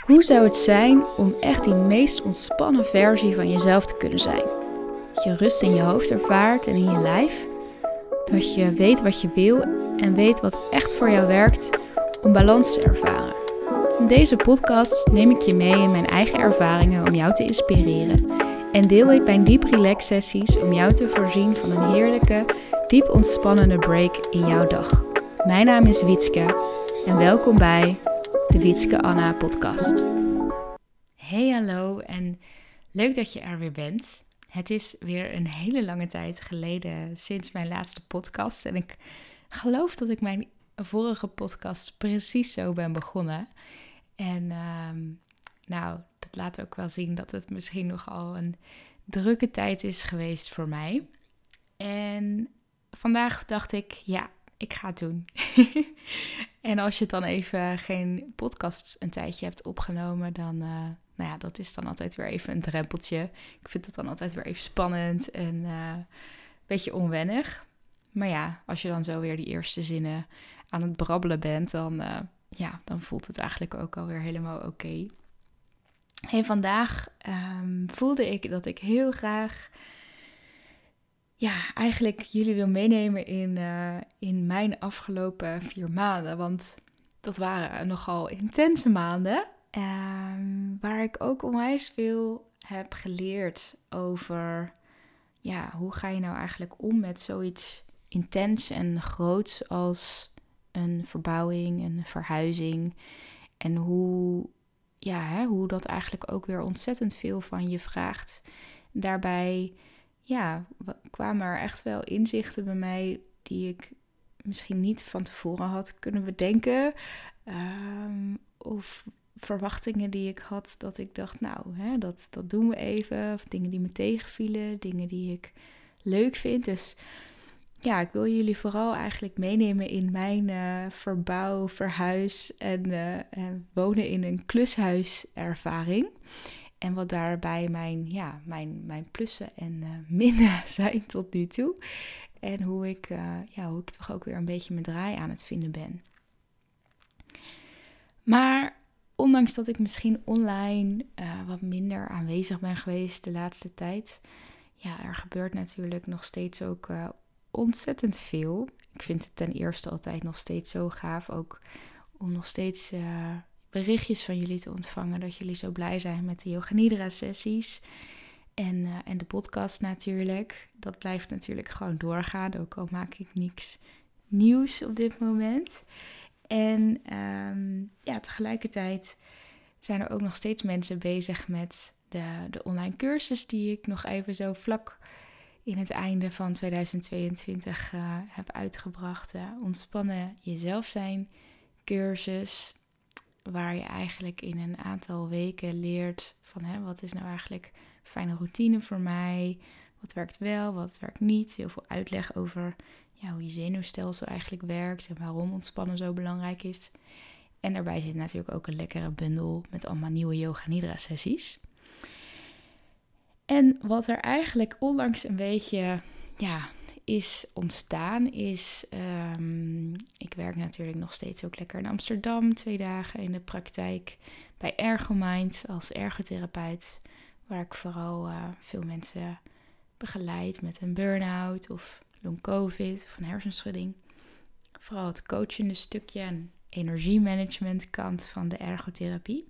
Hoe zou het zijn om echt die meest ontspannen versie van jezelf te kunnen zijn? Dat je rust in je hoofd ervaart en in je lijf. Dat je weet wat je wil en weet wat echt voor jou werkt om balans te ervaren. In deze podcast neem ik je mee in mijn eigen ervaringen om jou te inspireren. En deel ik mijn Deep Relax sessies om jou te voorzien van een heerlijke, diep ontspannende break in jouw dag. Mijn naam is Wietske en welkom bij de Wietske Anna podcast. Hey, hallo en leuk dat je er weer bent. Het is weer een hele lange tijd geleden sinds mijn laatste podcast. En ik geloof dat ik mijn vorige podcast precies zo ben begonnen. En dat laat ook wel zien dat het misschien nogal een drukke tijd is geweest voor mij. En vandaag dacht ik, ja, ik ga het doen. En als je dan even geen podcast een tijdje hebt opgenomen, dan, dat is dan altijd weer even een drempeltje. Ik vind het dan altijd weer even spannend en een beetje onwennig. Maar ja, als je dan zo weer die eerste zinnen aan het brabbelen bent, dan voelt het eigenlijk ook alweer helemaal oké. Hey, vandaag voelde ik dat ik heel graag eigenlijk jullie wil meenemen in mijn afgelopen 4 maanden. Want dat waren nogal intense maanden. Waar ik ook onwijs veel heb geleerd over hoe ga je nou eigenlijk om met zoiets intens en groots als een verbouwing, een verhuizing. En hoe dat eigenlijk ook weer ontzettend veel van je vraagt. Daarbij kwamen er echt wel inzichten bij mij die ik misschien niet van tevoren had kunnen bedenken. Of verwachtingen die ik had dat ik dacht, dat doen we even. Of dingen die me tegenvielen, dingen die ik leuk vind. Dus ja, ik wil jullie vooral eigenlijk meenemen in mijn verbouw, verhuis en wonen in een klushuis ervaring. En wat daarbij mijn plussen en minnen zijn tot nu toe. En hoe ik toch ook weer een beetje mijn draai aan het vinden ben. Maar ondanks dat ik misschien online wat minder aanwezig ben geweest de laatste tijd. Ja, er gebeurt natuurlijk nog steeds ook ontzettend veel. Ik vind het ten eerste altijd nog steeds zo gaaf ook om nog steeds berichtjes van jullie te ontvangen. Dat jullie zo blij zijn met de Yoga Nidra sessies. En de podcast natuurlijk. Dat blijft natuurlijk gewoon doorgaan. Ook al maak ik niks nieuws op dit moment. En tegelijkertijd zijn er ook nog steeds mensen bezig met de online cursus die ik nog even zo vlak in het einde van 2022 heb uitgebracht. Ontspannen jezelf zijn cursus. Waar je eigenlijk in een aantal weken leert van wat is nou eigenlijk fijne routine voor mij. Wat werkt wel, wat werkt niet. Heel veel uitleg over hoe je zenuwstelsel eigenlijk werkt en waarom ontspannen zo belangrijk is. En daarbij zit natuurlijk ook een lekkere bundel met allemaal nieuwe Yoga Nidra sessies. En wat er eigenlijk onlangs een beetje is ontstaan is, ik werk natuurlijk nog steeds ook lekker in Amsterdam, 2 dagen in de praktijk bij Ergomind als ergotherapeut, waar ik vooral veel mensen begeleid met een burn-out of long-covid of een hersenschudding. Vooral het coachende stukje en energiemanagement kant van de ergotherapie.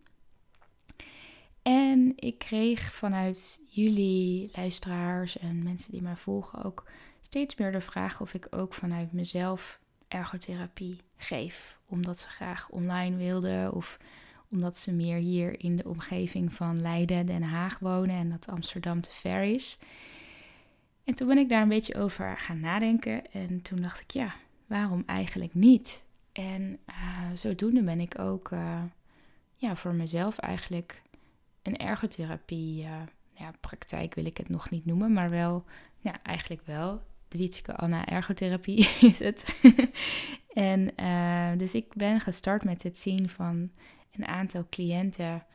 En ik kreeg vanuit jullie luisteraars en mensen die mij volgen ook steeds meer de vraag of ik ook vanuit mezelf ergotherapie geef. Omdat ze graag online wilden of omdat ze meer hier in de omgeving van Leiden, Den Haag wonen en dat Amsterdam te ver is. En toen ben ik daar een beetje over gaan nadenken en toen dacht ik, waarom eigenlijk niet? En zodoende ben ik ook voor mezelf eigenlijk een ergotherapie praktijk wil ik het nog niet noemen, maar wel, eigenlijk wel. De Wietske Anna ergotherapie is het. En dus ik ben gestart met het zien van een aantal cliënten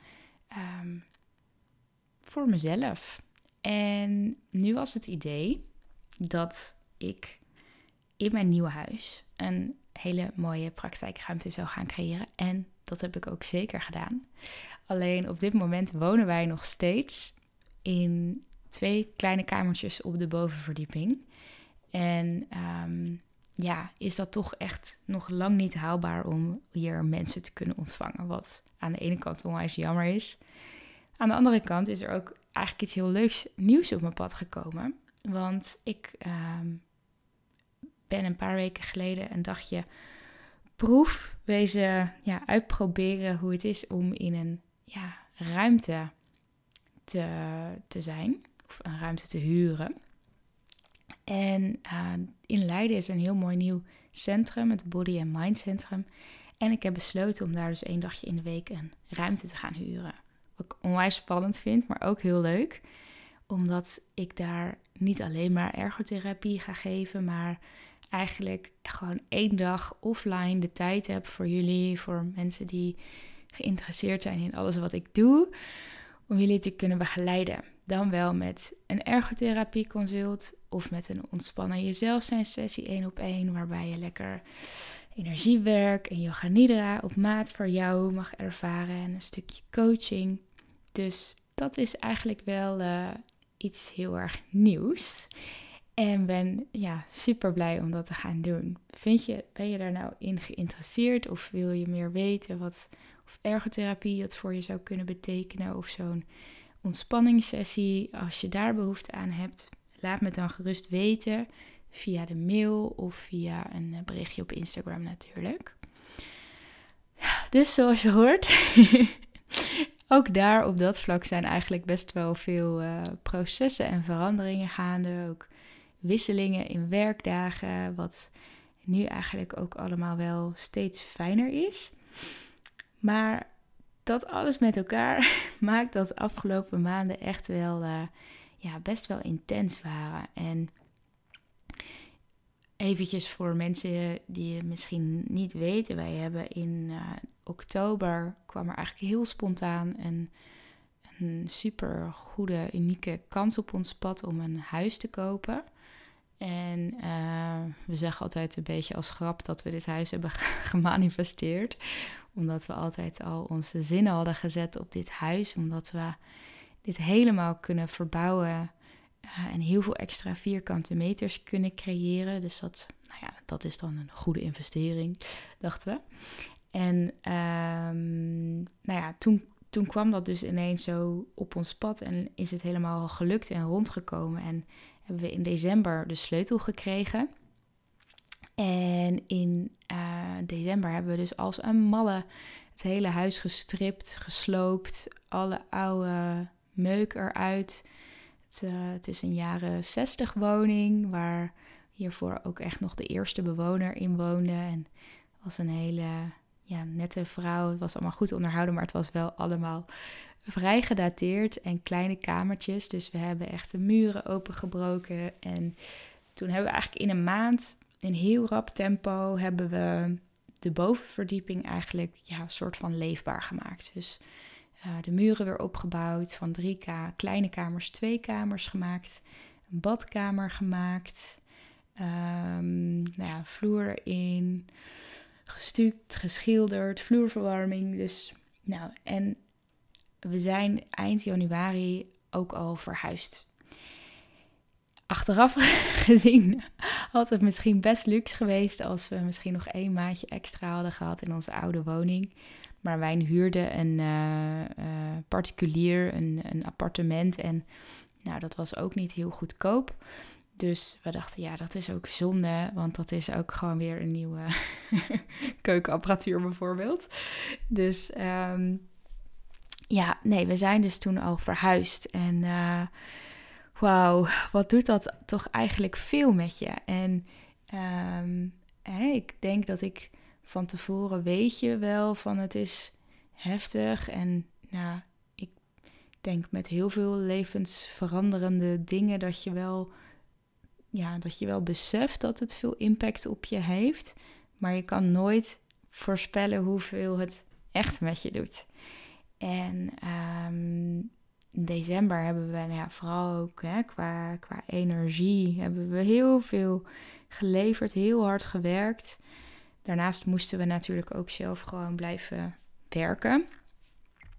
voor mezelf. En nu was het idee dat ik in mijn nieuwe huis een hele mooie praktijkruimte zou gaan creëren. En dat heb ik ook zeker gedaan. Alleen op dit moment wonen wij nog steeds in 2 kleine kamertjes op de bovenverdieping. En is dat toch echt nog lang niet haalbaar om hier mensen te kunnen ontvangen. Wat aan de ene kant onwijs jammer is. Aan de andere kant is er ook eigenlijk iets heel leuks nieuws op mijn pad gekomen. Want ik ben een paar weken geleden een dagje wezen uitproberen hoe het is om in een ruimte te zijn. Of een ruimte te huren. En in Leiden is er een heel mooi nieuw centrum, het Body and Mind Centrum. En ik heb besloten om daar dus 1 dagje in de week een ruimte te gaan huren. Wat ik onwijs spannend vind, maar ook heel leuk. Omdat ik daar niet alleen maar ergotherapie ga geven, maar eigenlijk gewoon 1 dag offline de tijd heb voor jullie, voor mensen die geïnteresseerd zijn in alles wat ik doe, om jullie te kunnen begeleiden. Dan wel met een ergotherapie consult of met een ontspannen jezelf zijn sessie 1-op-1, waarbij je lekker energiewerk en yoga nidra op maat voor jou mag ervaren en een stukje coaching. Dus dat is eigenlijk wel iets heel erg nieuws. En ben super blij om dat te gaan doen. Ben je daar nou in geïnteresseerd of wil je meer weten of ergotherapie het voor je zou kunnen betekenen of zo'n ontspanningssessie? Als je daar behoefte aan hebt, laat me het dan gerust weten via de mail of via een berichtje op Instagram natuurlijk. Dus zoals je hoort, ook daar op dat vlak zijn eigenlijk best wel veel processen en veranderingen gaande. Ook wisselingen in werkdagen, wat nu eigenlijk ook allemaal wel steeds fijner is. Maar dat alles met elkaar maakt dat de afgelopen maanden echt wel best wel intens waren. En eventjes voor mensen die het misschien niet weten, wij hebben in oktober kwam er eigenlijk heel spontaan een super goede, unieke kans op ons pad om een huis te kopen. En we zeggen altijd een beetje als grap dat we dit huis hebben gemanifesteerd. Omdat we altijd al onze zinnen hadden gezet op dit huis. Omdat we dit helemaal kunnen verbouwen en heel veel extra vierkante meters kunnen creëren. Dus dat is dan een goede investering, dachten we. En toen kwam dat dus ineens zo op ons pad en is het helemaal gelukt en rondgekomen. En hebben we in december de sleutel gekregen. En in december hebben we dus als een malle het hele huis gestript, gesloopt, alle oude meuk eruit. Het is een jaren 60 woning waar hiervoor ook echt nog de eerste bewoner in woonde. En het was een hele nette vrouw. Het was allemaal goed onderhouden, maar het was wel allemaal vrij gedateerd en kleine kamertjes. Dus we hebben echt de muren opengebroken. En toen hebben we eigenlijk in een maand, in heel rap tempo, hebben we de bovenverdieping eigenlijk een soort van leefbaar gemaakt. Dus de muren weer opgebouwd, van 3 kleine kamers 2 kamers gemaakt. Een badkamer gemaakt. Vloer erin. Gestuukt, geschilderd, vloerverwarming. Dus, en we zijn eind januari ook al verhuisd. Achteraf gezien had het misschien best luxe geweest als we misschien nog 1 maandje extra hadden gehad in onze oude woning. Maar wij huurden een particulier, een appartement en dat was ook niet heel goedkoop. Dus we dachten, dat is ook zonde, want dat is ook gewoon weer een nieuwe keukenapparatuur bijvoorbeeld. Dus we zijn dus toen al verhuisd. En wauw, wat doet dat toch eigenlijk veel met je. En ik denk dat ik van tevoren weet je wel van het is heftig. En ik denk met heel veel levensveranderende dingen dat je wel beseft dat het veel impact op je heeft. Maar je kan nooit voorspellen hoeveel het echt met je doet. En in december hebben we vooral ook qua energie hebben we heel veel geleverd, heel hard gewerkt. Daarnaast moesten we natuurlijk ook zelf gewoon blijven werken.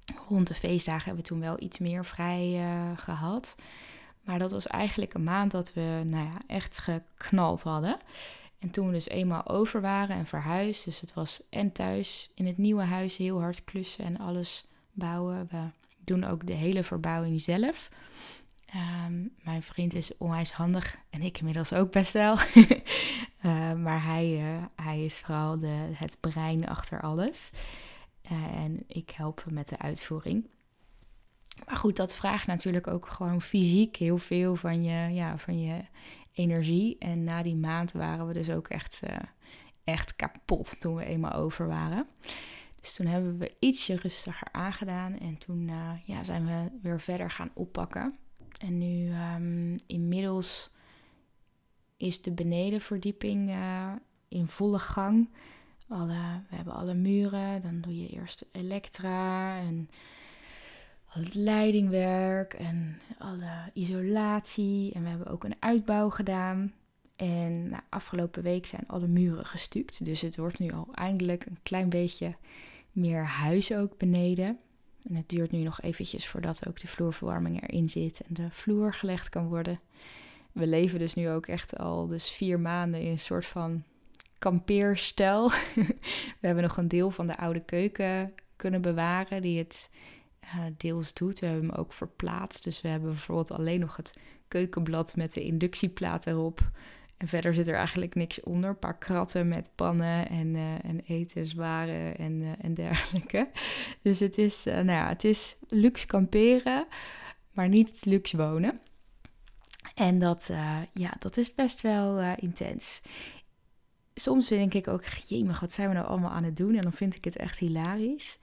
Rond de feestdagen hebben we toen wel iets meer vrij gehad. Maar dat was eigenlijk een maand dat we echt geknald hadden. En toen we dus eenmaal over waren en verhuisd. Dus het was en thuis in het nieuwe huis heel hard klussen en alles bouwen. We doen ook de hele verbouwing zelf. Mijn vriend is onwijs handig en ik inmiddels ook best wel. Maar hij is vooral het brein achter alles. En ik help met de uitvoering. Maar goed, dat vraagt natuurlijk ook gewoon fysiek heel veel van je energie. En na die maand waren we dus ook echt kapot toen we eenmaal over waren. Dus toen hebben we ietsje rustiger aangedaan. En toen zijn we weer verder gaan oppakken. En nu inmiddels is de benedenverdieping in volle gang. We hebben alle muren. Dan doe je eerst elektra en al het leidingwerk en alle isolatie. En we hebben ook een uitbouw gedaan. En afgelopen week zijn alle muren gestuukt. Dus het wordt nu al eindelijk een klein beetje meer huis ook beneden. En het duurt nu nog eventjes voordat ook de vloerverwarming erin zit en de vloer gelegd kan worden. We leven dus nu ook echt al 4 maanden in een soort van kampeerstijl. We hebben nog een deel van de oude keuken kunnen bewaren die het deels doet. We hebben hem ook verplaatst. Dus we hebben bijvoorbeeld alleen nog het keukenblad met de inductieplaat erop. En verder zit er eigenlijk niks onder. Een paar kratten met pannen en etenswaren en dergelijke. Dus het is luxe kamperen, maar niet luxe wonen. En dat is best wel intens. Soms denk ik ook, jemig, wat zijn we nou allemaal aan het doen? En dan vind ik het echt hilarisch.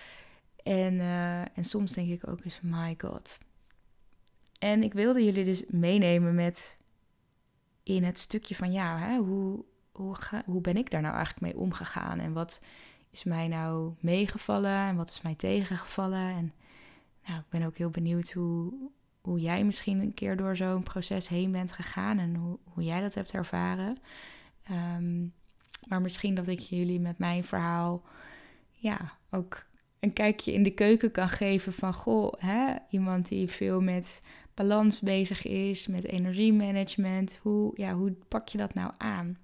En soms denk ik ook eens, my god. En ik wilde jullie dus meenemen in het stukje van hoe ben ik daar nou eigenlijk mee omgegaan? En wat is mij nou meegevallen en wat is mij tegengevallen? En ik ben ook heel benieuwd hoe jij misschien een keer door zo'n proces heen bent gegaan en hoe jij dat hebt ervaren. Maar misschien dat ik jullie met mijn verhaal ook een kijkje in de keuken kan geven van iemand die veel met balans bezig is, met energiemanagement. Hoe pak je dat nou aan?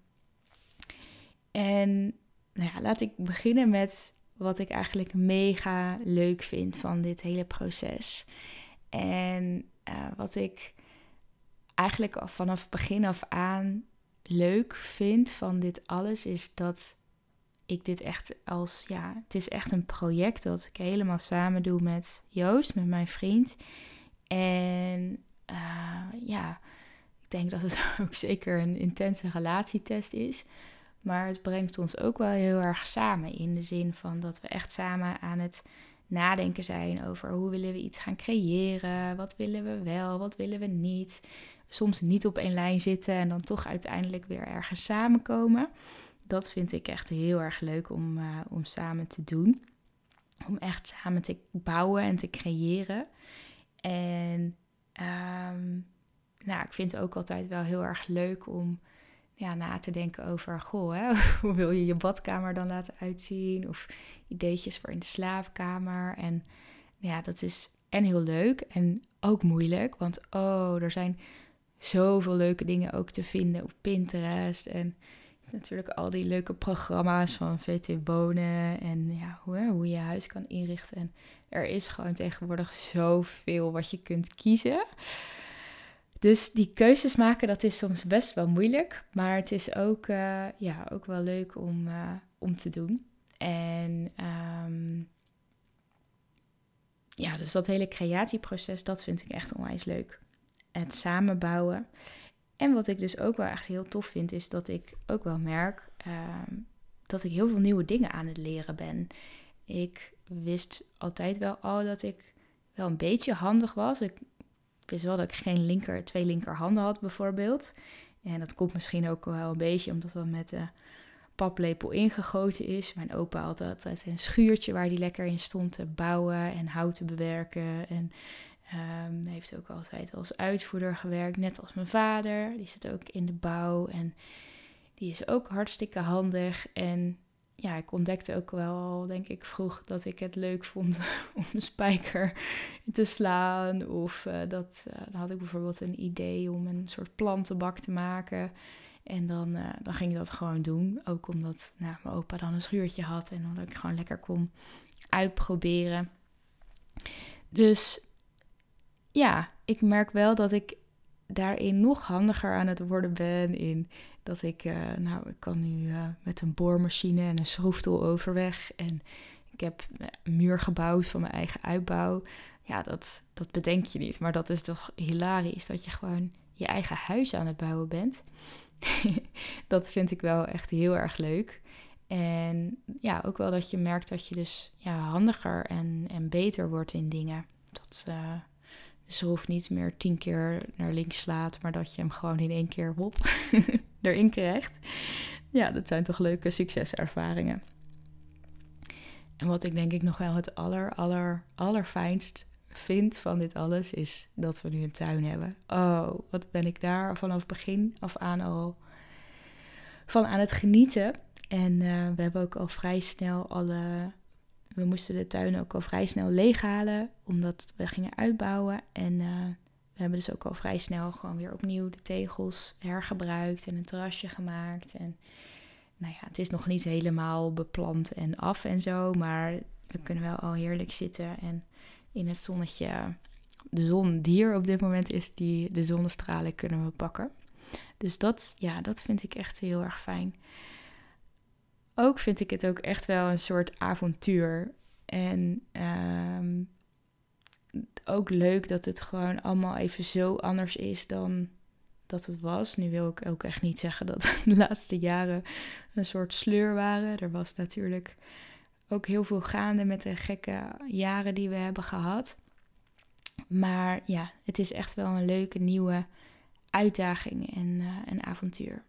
En laat ik beginnen met wat ik eigenlijk mega leuk vind van dit hele proces. En wat ik eigenlijk al vanaf begin af aan leuk vind van dit alles is dat ik dit echt het is echt een project dat ik helemaal samen doe met Joost, met mijn vriend. En ik denk dat het ook zeker een intense relatietest is. Maar het brengt ons ook wel heel erg samen in de zin van dat we echt samen aan het nadenken zijn over hoe willen we iets gaan creëren, wat willen we wel, wat willen we niet. Soms niet op één lijn zitten en dan toch uiteindelijk weer ergens samenkomen. Dat vind ik echt heel erg leuk om samen te doen. Om echt samen te bouwen en te creëren. En ik vind het ook altijd wel heel erg leuk om na te denken over... hoe wil je je badkamer dan laten uitzien? Of ideetjes voor in de slaapkamer. En dat is en heel leuk en ook moeilijk. Want er zijn zoveel leuke dingen ook te vinden op Pinterest. En natuurlijk al die leuke programma's van VT Wonen. En hoe je huis kan inrichten. En er is gewoon tegenwoordig zoveel wat je kunt kiezen. Dus die keuzes maken, dat is soms best wel moeilijk. Maar het is ook wel leuk om te doen. En dus dat hele creatieproces, dat vind ik echt onwijs leuk. Het samenbouwen. En wat ik dus ook wel echt heel tof vind, is dat ik ook wel merk dat ik heel veel nieuwe dingen aan het leren ben. Ik wist altijd wel al dat ik wel een beetje handig was. Ik wist wel dat ik geen 2 linkerhanden had bijvoorbeeld. En dat komt misschien ook wel een beetje omdat dat met de paplepel ingegoten is. Mijn opa had altijd een schuurtje waar hij lekker in stond te bouwen en hout te bewerken. En heeft ook altijd als uitvoerder gewerkt, net als mijn vader. Die zit ook in de bouw en die is ook hartstikke handig. En ik ontdekte ook wel, denk ik, vroeg dat ik het leuk vond om een spijker te slaan. Of dan had ik bijvoorbeeld een idee om een soort plantenbak te maken. En dan ging ik dat gewoon doen. Ook omdat mijn opa dan een schuurtje had en omdat ik gewoon lekker kon uitproberen. Dus ja, ik merk wel dat ik daarin nog handiger aan het worden ben. In dat ik kan nu met een boormachine en een schroeftool overweg. En ik heb een muur gebouwd van mijn eigen uitbouw. Ja, dat bedenk je niet. Maar dat is toch hilarisch dat je gewoon je eigen huis aan het bouwen bent. Dat vind ik wel echt heel erg leuk. En ja, ook wel dat je merkt dat je dus handiger en beter wordt in dingen. Dat de schroef niet meer 10 keer naar links slaat, maar dat je hem gewoon in 1 keer erin krijgt. Ja, dat zijn toch leuke succeservaringen. En wat ik denk ik nog wel het allerfijnst vind van dit alles is dat we nu een tuin hebben. Oh, wat ben ik daar vanaf begin af aan al van aan het genieten. En we hebben ook al vrij snel we moesten de tuin ook al vrij snel leeghalen, omdat we gingen uitbouwen. En we hebben dus ook al vrij snel gewoon weer opnieuw de tegels hergebruikt en een terrasje gemaakt. En het is nog niet helemaal beplant en af en zo, maar we kunnen wel al heerlijk zitten en in het zonnetje, de zon die hier op dit moment is, de zonnestralen kunnen we pakken. Dus dat vind ik echt heel erg fijn. Ook vind ik het ook echt wel een soort avontuur. En ook leuk dat het gewoon allemaal even zo anders is dan dat het was. Nu wil ik ook echt niet zeggen dat de laatste jaren een soort sleur waren. Er was natuurlijk ook heel veel gaande met de gekke jaren die we hebben gehad. Maar ja, het is echt wel een leuke nieuwe uitdaging en avontuur.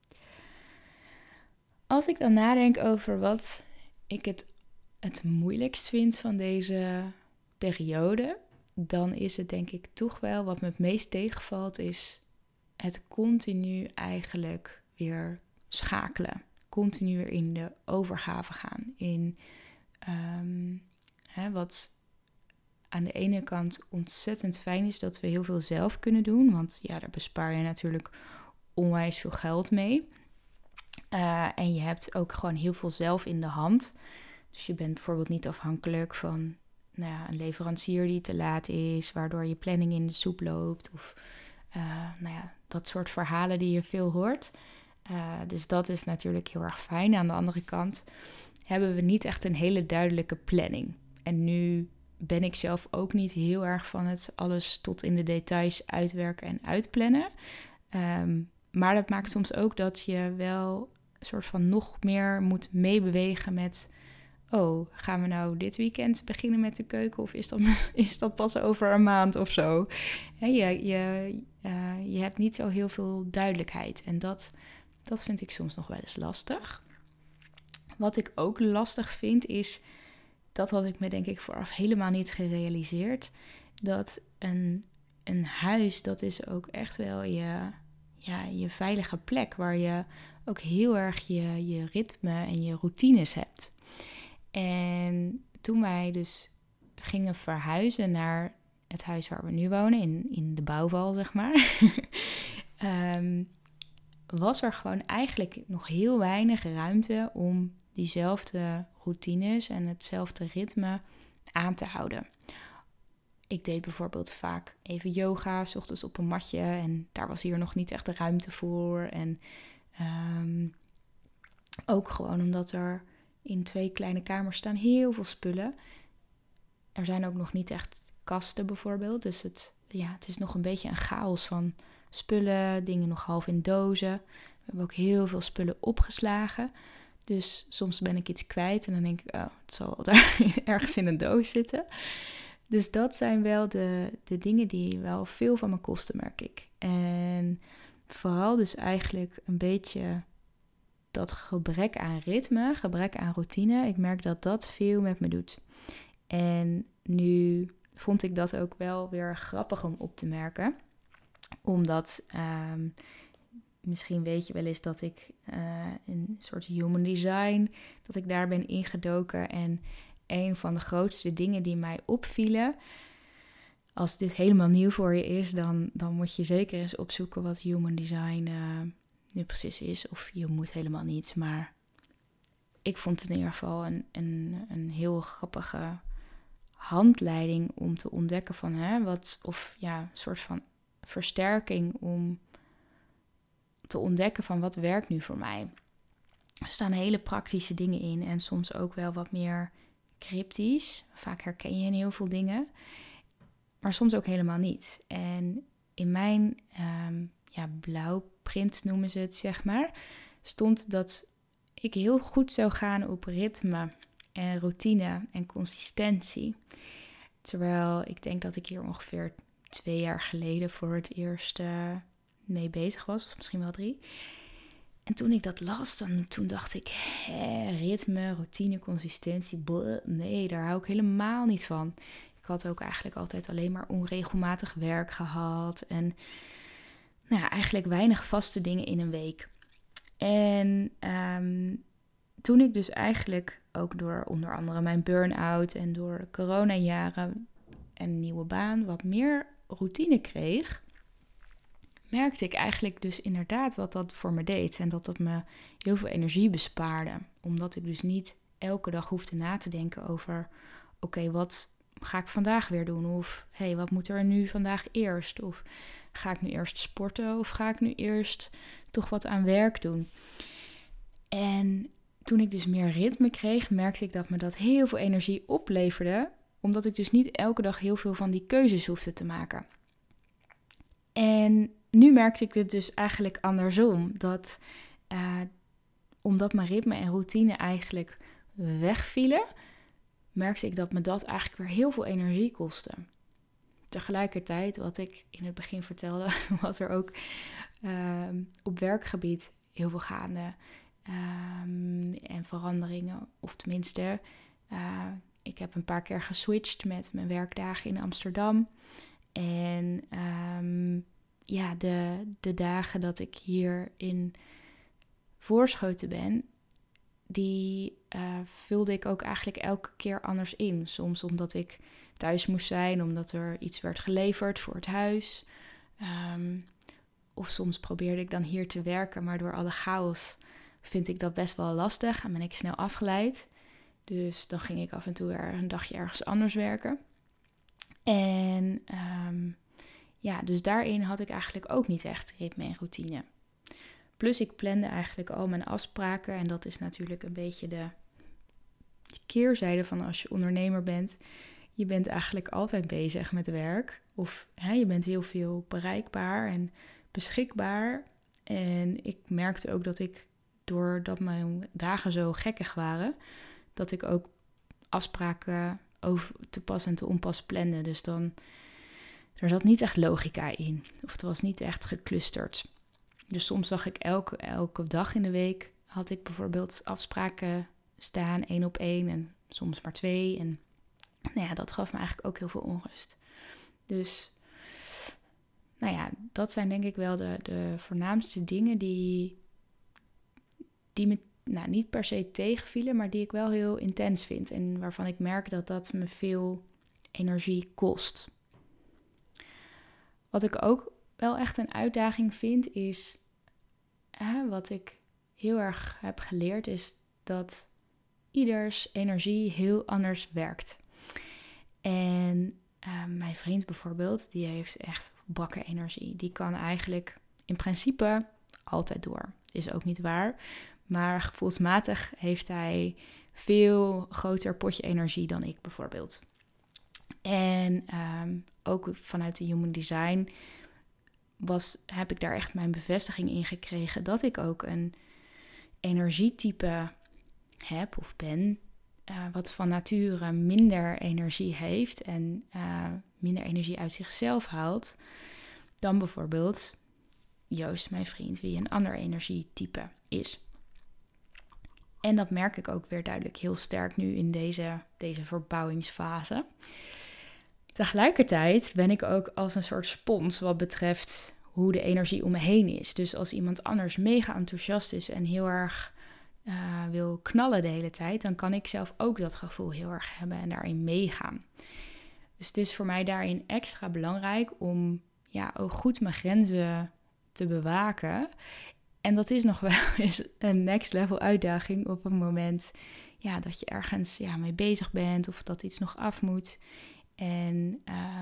Als ik dan nadenk over wat ik het moeilijkst vind van deze periode, dan is het denk ik toch wel wat me het meest tegenvalt, is het continu eigenlijk weer schakelen. Continu weer in de overgave gaan. In wat aan de ene kant ontzettend fijn is dat we heel veel zelf kunnen doen. Want ja, daar bespaar je natuurlijk onwijs veel geld mee. En je hebt ook gewoon heel veel zelf in de hand. Dus je bent bijvoorbeeld niet afhankelijk van een leverancier die te laat is, waardoor je planning in de soep loopt. Of dat soort verhalen die je veel hoort. Dus dat is natuurlijk heel erg fijn. Aan de andere kant hebben we niet echt een hele duidelijke planning. En nu ben ik zelf ook niet heel erg van het alles tot in de details uitwerken en uitplannen. Maar dat maakt soms ook dat je wel een soort van nog meer moet meebewegen met, gaan we nou dit weekend beginnen met de keuken of is dat pas over een maand of zo? Je hebt niet zo heel veel duidelijkheid en dat vind ik soms nog wel eens lastig. Wat ik ook lastig vind is, dat had ik me denk ik vooraf helemaal niet gerealiseerd, dat een huis, dat is ook echt wel je veilige plek, waar je ook heel erg je ritme en je routines hebt. En toen wij dus gingen verhuizen naar het huis waar we nu wonen, in de bouwval, zeg maar, was er gewoon eigenlijk nog heel weinig ruimte om diezelfde routines en hetzelfde ritme aan te houden. Ik deed bijvoorbeeld vaak even yoga, 's ochtends op een matje, en daar was hier nog niet echt de ruimte voor. En ook gewoon omdat er in 2 kleine kamers staan heel veel spullen. Er zijn ook nog niet echt kasten bijvoorbeeld, dus het is nog een beetje een chaos van spullen, dingen nog half in dozen. We hebben ook heel veel spullen opgeslagen. Dus soms ben ik iets kwijt en dan denk ik, het zal wel daar ergens in een doos zitten. Dus dat zijn wel de dingen die wel veel van me kosten, merk ik. En vooral dus eigenlijk een beetje dat gebrek aan ritme, gebrek aan routine. Ik merk dat dat veel met me doet. En nu vond ik dat ook wel weer grappig om op te merken. Omdat misschien weet je wel eens dat ik een soort human design, dat ik daar ben ingedoken. En een van de grootste dingen die mij opvielen, als dit helemaal nieuw voor je is, dan moet je zeker eens opzoeken wat human design nu precies is. Of je moet helemaal niets, maar ik vond het in ieder geval een heel grappige handleiding om te ontdekken van een soort van versterking om te ontdekken van wat werkt nu voor mij. Er staan hele praktische dingen in en soms ook wel wat meer cryptisch. Vaak herken je in heel veel dingen, maar soms ook helemaal niet. En in mijn blauwprint noemen ze het, zeg maar, stond dat ik heel goed zou gaan op ritme en routine en consistentie. Terwijl ik denk dat ik hier ongeveer 2 jaar geleden voor het eerst mee bezig was, of misschien wel 3. En toen ik dat las, toen dacht ik, ritme, routine, consistentie, nee, daar hou ik helemaal niet van. Ik had ook eigenlijk altijd alleen maar onregelmatig werk gehad en eigenlijk weinig vaste dingen in een week. En toen ik dus eigenlijk ook door onder andere mijn burn-out en door coronajaren en een nieuwe baan wat meer routine kreeg, merkte ik eigenlijk dus inderdaad wat dat voor me deed. En dat me heel veel energie bespaarde. Omdat ik dus niet elke dag hoefde na te denken over, oké, wat ga ik vandaag weer doen? Of wat moet er nu vandaag eerst? Of ga ik nu eerst sporten? Of ga ik nu eerst toch wat aan werk doen? En toen ik dus meer ritme kreeg, merkte ik dat me dat heel veel energie opleverde. Omdat ik dus niet elke dag heel veel van die keuzes hoefde te maken. En nu merkte ik het dus eigenlijk andersom. Dat omdat mijn ritme en routine eigenlijk wegvielen, merkte ik dat me dat eigenlijk weer heel veel energie kostte. Tegelijkertijd, wat ik in het begin vertelde, was er ook op werkgebied heel veel gaande. En veranderingen, of tenminste, ik heb een paar keer geswitcht met mijn werkdagen in Amsterdam. En de dagen dat ik hier in Voorschoten ben, die vulde ik ook eigenlijk elke keer anders in. Soms omdat ik thuis moest zijn, omdat er iets werd geleverd voor het huis. Of soms probeerde ik dan hier te werken, maar door alle chaos vind ik dat best wel lastig en ben ik snel afgeleid. Dus dan ging ik af en toe weer een dagje ergens anders werken. En dus daarin had ik eigenlijk ook niet echt ritme en routine. Plus ik plande eigenlijk al mijn afspraken. En dat is natuurlijk een beetje de keerzijde van als je ondernemer bent. Je bent eigenlijk altijd bezig met werk. Of je bent heel veel bereikbaar en beschikbaar. En ik merkte ook dat ik, doordat mijn dagen zo gekkig waren, dat ik ook afspraken over te pas en te onpas plande. Dus dan, er zat niet echt logica in. Of het was niet echt geclusterd. Dus soms zag ik elke dag in de week, had ik bijvoorbeeld afspraken staan, 1 op 1 en soms maar 2. En dat gaf me eigenlijk ook heel veel onrust. Dus dat zijn denk ik wel de voornaamste dingen die me niet per se tegenvielen, maar die ik wel heel intens vind. En waarvan ik merk dat dat me veel energie kost. Wat ik ook wel echt een uitdaging vind is, wat ik heel erg heb geleerd, is dat ieders energie heel anders werkt. En mijn vriend bijvoorbeeld, die heeft echt bakken energie. Die kan eigenlijk in principe altijd door. Is ook niet waar. Maar gevoelsmatig heeft hij veel groter potje energie dan ik bijvoorbeeld. En ook vanuit de Human Design heb ik daar echt mijn bevestiging in gekregen dat ik ook een energietype heb of ben, wat van nature minder energie heeft en minder energie uit zichzelf haalt dan bijvoorbeeld Joost, mijn vriend, wie een ander energietype is. En dat merk ik ook weer duidelijk heel sterk nu in deze verbouwingsfase. Tegelijkertijd ben ik ook als een soort spons wat betreft hoe de energie om me heen is. Dus als iemand anders mega enthousiast is en heel erg wil knallen de hele tijd, dan kan ik zelf ook dat gevoel heel erg hebben en daarin meegaan. Dus het is voor mij daarin extra belangrijk om ook goed mijn grenzen te bewaken. En dat is nog wel eens een next level uitdaging op een moment dat je ergens mee bezig bent of dat iets nog af moet. En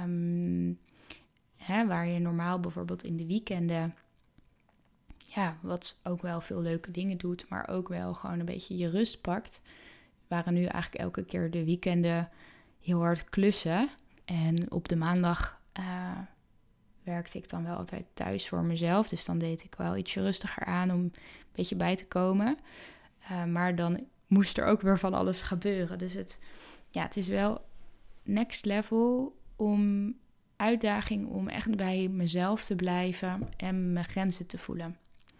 waar je normaal bijvoorbeeld in de weekenden wat ook wel veel leuke dingen doet, maar ook wel gewoon een beetje je rust pakt, waren nu eigenlijk elke keer de weekenden heel hard klussen. En op de maandag werkte ik dan wel altijd thuis voor mezelf. Dus dan deed ik wel ietsje rustiger aan om een beetje bij te komen. Maar dan moest er ook weer van alles gebeuren. Dus het is wel next level uitdaging om echt bij mezelf te blijven en mijn grenzen te voelen.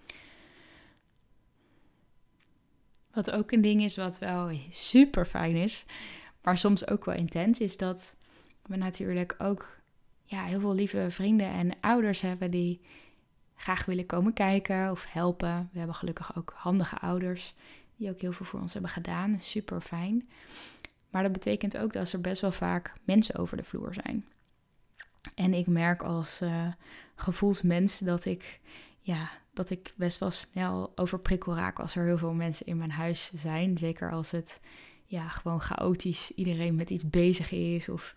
Wat ook een ding is wat wel super fijn is, maar soms ook wel intens, is dat we natuurlijk ook heel veel lieve vrienden en ouders hebben die graag willen komen kijken of helpen. We hebben gelukkig ook handige ouders die ook heel veel voor ons hebben gedaan. Super fijn. Maar dat betekent ook dat er best wel vaak mensen over de vloer zijn. En ik merk als gevoelsmens dat ik best wel snel overprikkel raak als er heel veel mensen in mijn huis zijn. Zeker als het gewoon chaotisch iedereen met iets bezig is. Of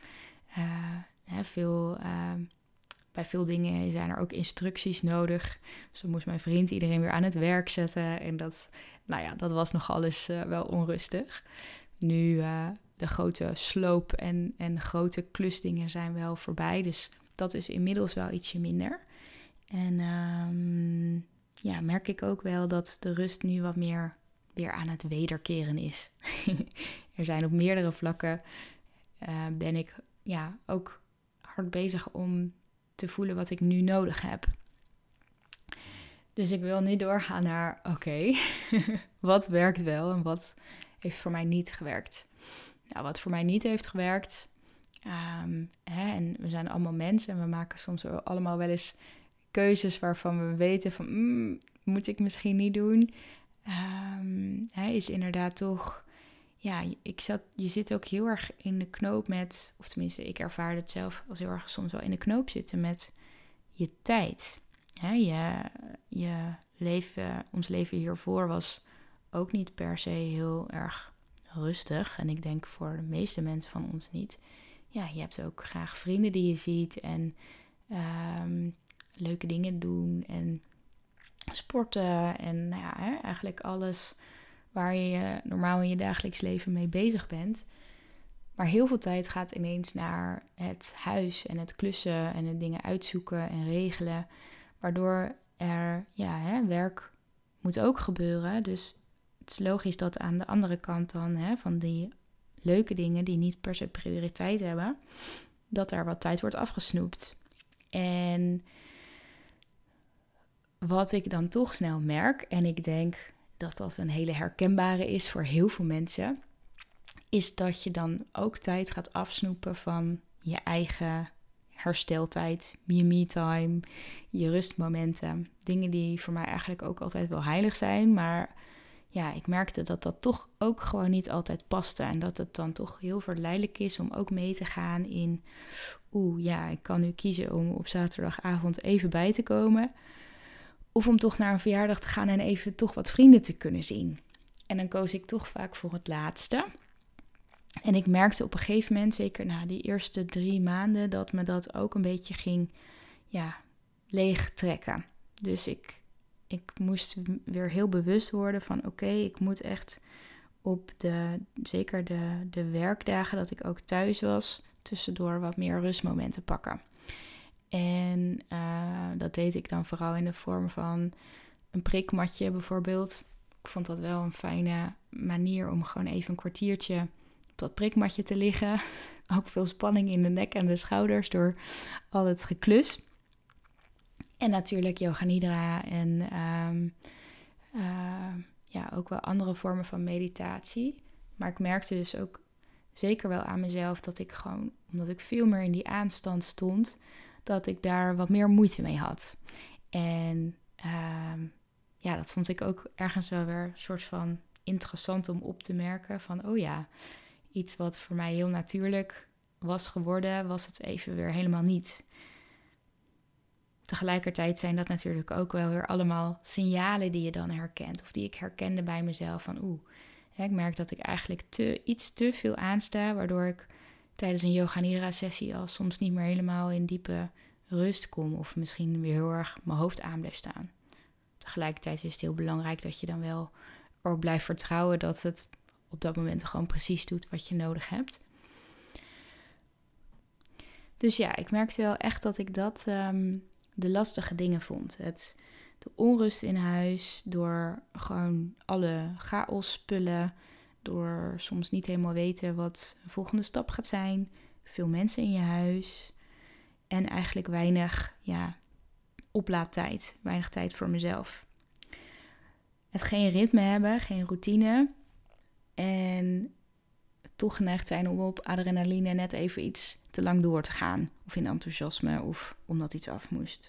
bij veel dingen zijn er ook instructies nodig. Dus dan moest mijn vriend iedereen weer aan het werk zetten. En dat was nog alles wel onrustig. Nu de grote sloop en grote klusdingen zijn wel voorbij. Dus dat is inmiddels wel ietsje minder. En merk ik ook wel dat de rust nu wat meer weer aan het wederkeren is. Er zijn op meerdere vlakken ben ik ook hard bezig om te voelen wat ik nu nodig heb. Dus ik wil nu doorgaan naar, wat werkt wel en wat heeft voor mij niet gewerkt. Nou, wat voor mij niet heeft gewerkt, en we zijn allemaal mensen en we maken soms allemaal wel eens keuzes waarvan we weten van, moet ik misschien niet doen. Is inderdaad toch, je zit ook heel erg in de knoop met, of tenminste ik ervaar het zelf als heel erg soms wel in de knoop zitten met je tijd. Je leven, ons leven hiervoor was ook niet per se heel erg rustig. En ik denk voor de meeste mensen van ons niet. Je hebt ook graag vrienden die je ziet en leuke dingen doen en sporten en eigenlijk alles waar je normaal in je dagelijks leven mee bezig bent. Maar heel veel tijd gaat ineens naar het huis en het klussen en het dingen uitzoeken en regelen. Waardoor er, werk moet ook gebeuren. Dus het is logisch dat aan de andere kant dan van die leuke dingen die niet per se prioriteit hebben, dat er wat tijd wordt afgesnoept. En wat ik dan toch snel merk, en ik denk dat dat een hele herkenbare is voor heel veel mensen, is dat je dan ook tijd gaat afsnoepen van je eigen hersteltijd, je me-time, je rustmomenten. Dingen die voor mij eigenlijk ook altijd wel heilig zijn, maar ik merkte dat dat toch ook gewoon niet altijd paste. En dat het dan toch heel verleidelijk is om ook mee te gaan in, ik kan nu kiezen om op zaterdagavond even bij te komen. Of om toch naar een verjaardag te gaan en even toch wat vrienden te kunnen zien. En dan koos ik toch vaak voor het laatste. En ik merkte op een gegeven moment, zeker na die eerste 3 maanden, dat me dat ook een beetje ging leeg trekken. Dus ik moest weer heel bewust worden van ik moet echt op zeker de werkdagen dat ik ook thuis was, tussendoor wat meer rustmomenten pakken. En dat deed ik dan vooral in de vorm van een prikmatje bijvoorbeeld. Ik vond dat wel een fijne manier om gewoon even een kwartiertje op dat prikmatje te liggen. Ook veel spanning in de nek en de schouders door al het geklus. En natuurlijk yoga nidra en ook wel andere vormen van meditatie. Maar ik merkte dus ook zeker wel aan mezelf dat ik gewoon, omdat ik veel meer in die aanstand stond, dat ik daar wat meer moeite mee had. En dat vond ik ook ergens wel weer een soort van interessant om op te merken. Van iets wat voor mij heel natuurlijk was geworden, was het even weer helemaal niet. Tegelijkertijd zijn dat natuurlijk ook wel weer allemaal signalen die je dan herkent. Of die ik herkende bij mezelf van ik merk dat ik eigenlijk iets te veel aansta, waardoor ik tijdens een yoga nidra sessie al soms niet meer helemaal in diepe rust kom. Of misschien weer heel erg mijn hoofd aan blijft staan. Tegelijkertijd is het heel belangrijk dat je dan wel erop blijft vertrouwen dat het op dat moment gewoon precies doet wat je nodig hebt. Dus ik merkte wel echt dat ik dat de lastige dingen vond. De onrust in huis, door gewoon alle chaos spullen, door soms niet helemaal weten wat de volgende stap gaat zijn. Veel mensen in je huis en eigenlijk weinig oplaadtijd, weinig tijd voor mezelf. Het geen ritme hebben, geen routine en toch geneigd zijn om op adrenaline net even iets te lang door te gaan. Of in enthousiasme of omdat iets af moest.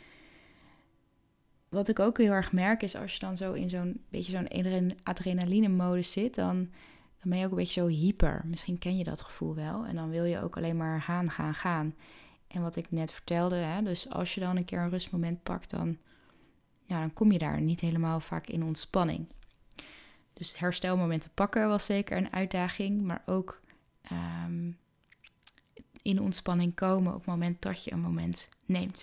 Wat ik ook heel erg merk is als je dan zo in zo'n adrenaline modus zit, dan ben je ook een beetje zo hyper. Misschien ken je dat gevoel wel. En dan wil je ook alleen maar gaan. En wat ik net vertelde, dus als je dan een keer een rustmoment pakt, dan kom je daar niet helemaal vaak in ontspanning. Dus herstelmomenten pakken was zeker een uitdaging, maar ook in ontspanning komen op het moment dat je een moment neemt.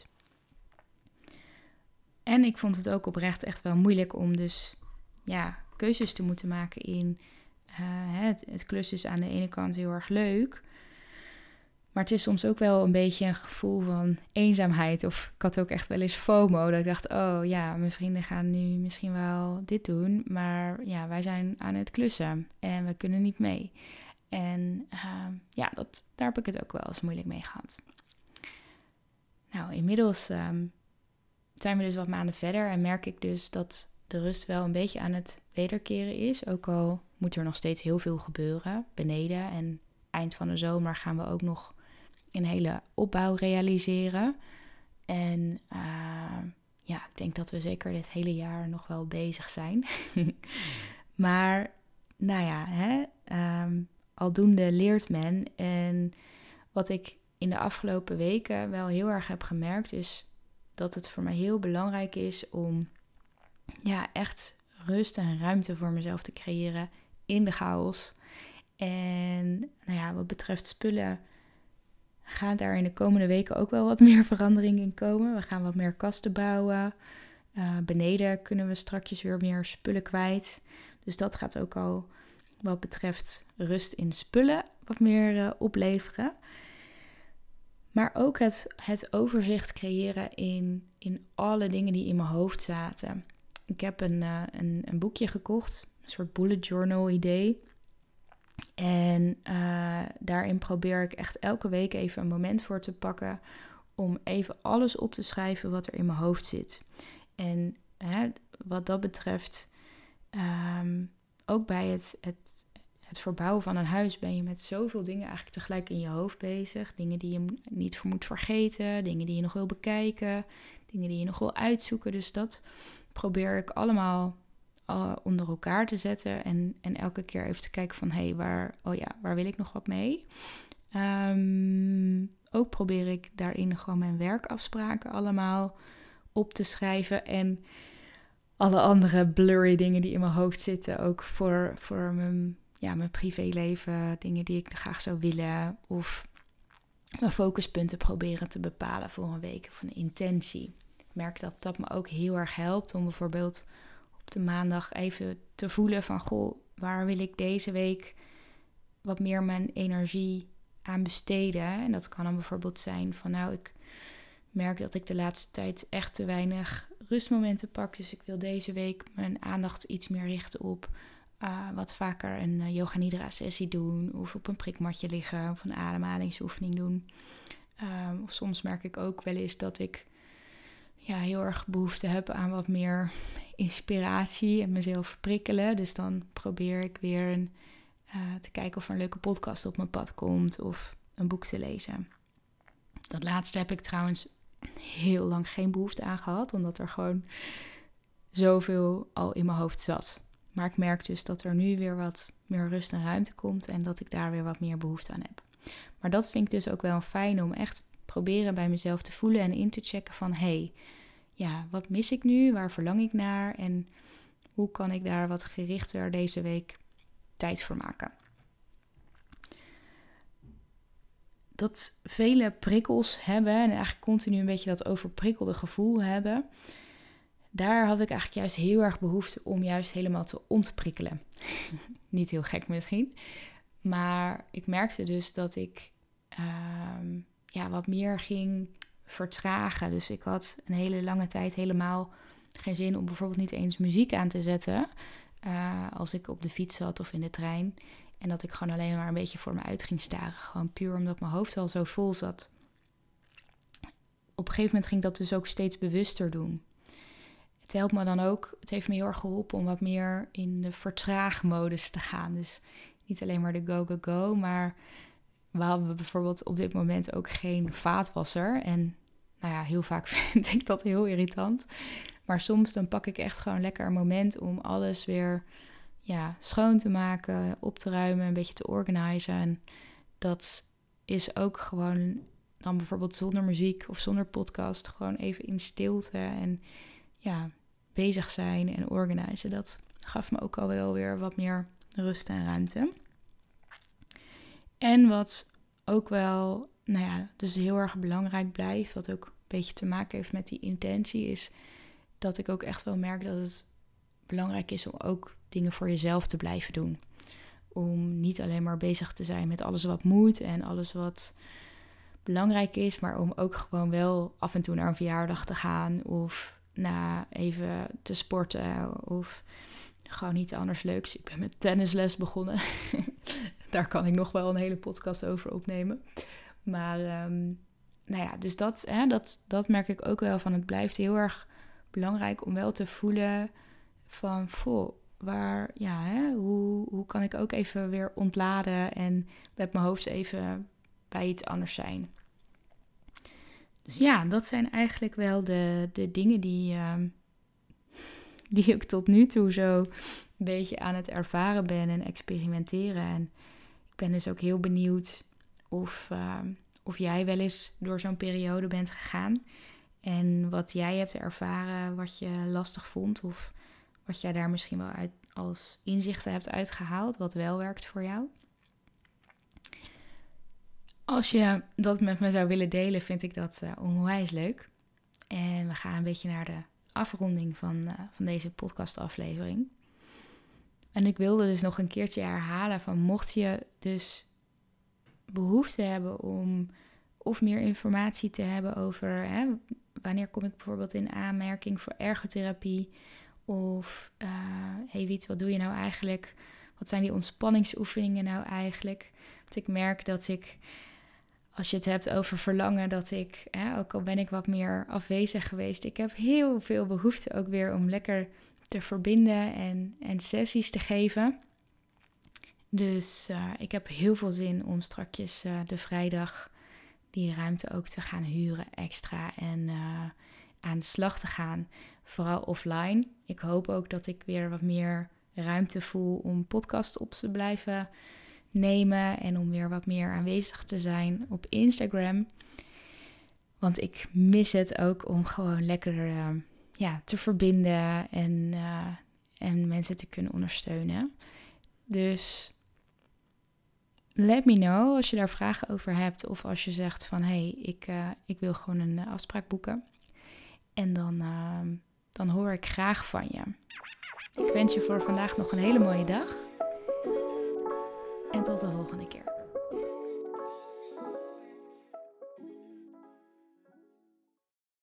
En ik vond het ook oprecht echt wel moeilijk om dus keuzes te moeten maken in het klussen is aan de ene kant heel erg leuk, maar het is soms ook wel een beetje een gevoel van eenzaamheid. Of ik had ook echt wel eens FOMO, dat ik dacht, mijn vrienden gaan nu misschien wel dit doen, maar wij zijn aan het klussen en we kunnen niet mee. En daar heb ik het ook wel eens moeilijk mee gehad. Nou, inmiddels zijn we dus wat maanden verder en merk ik dus dat de rust wel een beetje aan het wederkeren is. Ook al moet er nog steeds heel veel gebeuren beneden. En eind van de zomer gaan we ook nog een hele opbouw realiseren. En ik denk dat we zeker dit hele jaar nog wel bezig zijn. Maar aldoende leert men. En wat ik in de afgelopen weken wel heel erg heb gemerkt is dat het voor mij heel belangrijk is om echt rust en ruimte voor mezelf te creëren in de chaos. En wat betreft spullen gaat daar in de komende weken ook wel wat meer verandering in komen. We gaan wat meer kasten bouwen. Beneden kunnen we strakjes weer meer spullen kwijt. Dus dat gaat ook al wat betreft rust in spullen wat meer opleveren. Maar ook het overzicht creëren in alle dingen die in mijn hoofd zaten. Ik heb een boekje gekocht, een soort bullet journal idee. En daarin probeer ik echt elke week even een moment voor te pakken om even alles op te schrijven wat er in mijn hoofd zit. En wat dat betreft, ook bij het verbouwen van een huis ben je met zoveel dingen eigenlijk tegelijk in je hoofd bezig. Dingen die je niet voor moet vergeten, dingen die je nog wil bekijken, dingen die je nog wil uitzoeken. Dus dat probeer ik allemaal onder elkaar te zetten en elke keer even te kijken van waar wil ik nog wat mee? Ook probeer ik daarin gewoon mijn werkafspraken allemaal op te schrijven en alle andere blurry dingen die in mijn hoofd zitten, ook voor mijn privéleven, dingen die ik graag zou willen of mijn focuspunten proberen te bepalen voor een week of een intentie. Ik merk dat dat me ook heel erg helpt om bijvoorbeeld op de maandag even te voelen van waar wil ik deze week wat meer mijn energie aan besteden. En dat kan dan bijvoorbeeld zijn van ik merk dat ik de laatste tijd echt te weinig rustmomenten pak. Dus ik wil deze week mijn aandacht iets meer richten op wat vaker een yoga nidra sessie doen. Of op een prikmatje liggen of een ademhalingsoefening doen. Of soms merk ik ook wel eens dat ik heel erg behoefte heb aan wat meer inspiratie en mezelf prikkelen. Dus dan probeer ik weer te kijken of er een leuke podcast op mijn pad komt of een boek te lezen. Dat laatste heb ik trouwens heel lang geen behoefte aan gehad, omdat er gewoon zoveel al in mijn hoofd zat. Maar ik merk dus dat er nu weer wat meer rust en ruimte komt en dat ik daar weer wat meer behoefte aan heb. Maar dat vind ik dus ook wel fijn om echt proberen bij mezelf te voelen en in te checken van wat mis ik nu? Waar verlang ik naar? En hoe kan ik daar wat gerichter deze week tijd voor maken? Dat vele prikkels hebben en eigenlijk continu een beetje dat overprikkelde gevoel hebben, daar had ik eigenlijk juist heel erg behoefte om juist helemaal te ontprikkelen. Niet heel gek misschien. Maar ik merkte dus dat ik wat meer ging vertragen. Dus ik had een hele lange tijd helemaal geen zin om bijvoorbeeld niet eens muziek aan te zetten. Als ik op de fiets zat of in de trein. En dat ik gewoon alleen maar een beetje voor me uit ging staren. Gewoon puur omdat mijn hoofd al zo vol zat. Op een gegeven moment ging ik dat dus ook steeds bewuster doen. Het helpt me dan ook, het heeft me heel erg geholpen om wat meer in de vertraagmodus te gaan. Dus niet alleen maar de go, go, go, maar we hebben bijvoorbeeld op dit moment ook geen vaatwasser. En heel vaak vind ik dat heel irritant. Maar soms dan pak ik echt gewoon lekker een moment om alles weer schoon te maken, op te ruimen, een beetje te organiseren. En dat is ook gewoon dan bijvoorbeeld zonder muziek of zonder podcast, gewoon even in stilte en bezig zijn en organiseren. Dat gaf me ook al wel weer wat meer rust en ruimte. En wat ook wel, dus heel erg belangrijk blijft, wat ook een beetje te maken heeft met die intentie, is dat ik ook echt wel merk dat het belangrijk is om ook dingen voor jezelf te blijven doen. Om niet alleen maar bezig te zijn met alles wat moet en alles wat belangrijk is, maar om ook gewoon wel af en toe naar een verjaardag te gaan of even te sporten of gewoon iets anders leuks. Ik ben met tennisles begonnen. Daar kan ik nog wel een hele podcast over opnemen. Maar dus dat merk ik ook wel van. Het blijft heel erg belangrijk om wel te voelen van hoe kan ik ook even weer ontladen en met mijn hoofd even bij iets anders zijn. Dus dat zijn eigenlijk wel de dingen die ik tot nu toe zo een beetje aan het ervaren ben en experimenteren. En ik ben dus ook heel benieuwd of jij wel eens door zo'n periode bent gegaan. En wat jij hebt ervaren, wat je lastig vond of wat jij daar misschien wel als inzichten hebt uitgehaald, wat wel werkt voor jou. Als je dat met me zou willen delen, vind ik dat onwijs leuk. En we gaan een beetje naar de afronding van deze podcastaflevering. En ik wilde dus nog een keertje herhalen van mocht je dus behoefte hebben om of meer informatie te hebben over wanneer kom ik bijvoorbeeld in aanmerking voor ergotherapie of Wiet, wat doe je nou eigenlijk? Wat zijn die ontspanningsoefeningen nou eigenlijk? Want ik merk dat ik, als je het hebt over verlangen, dat ik, ook al ben ik wat meer afwezig geweest, ik heb heel veel behoefte ook weer om lekker te verbinden en sessies te geven. Dus ik heb heel veel zin om strakjes de vrijdag die ruimte ook te gaan huren extra en aan de slag te gaan. Vooral offline. Ik hoop ook dat ik weer wat meer ruimte voel om podcast op te blijven nemen en om weer wat meer aanwezig te zijn op Instagram. Want ik mis het ook om gewoon lekker te verbinden en mensen te kunnen ondersteunen. Dus let me know als je daar vragen over hebt of als je zegt van ik wil gewoon een afspraak boeken. En dan hoor ik graag van je. Ik wens je voor vandaag nog een hele mooie dag. En tot de volgende keer.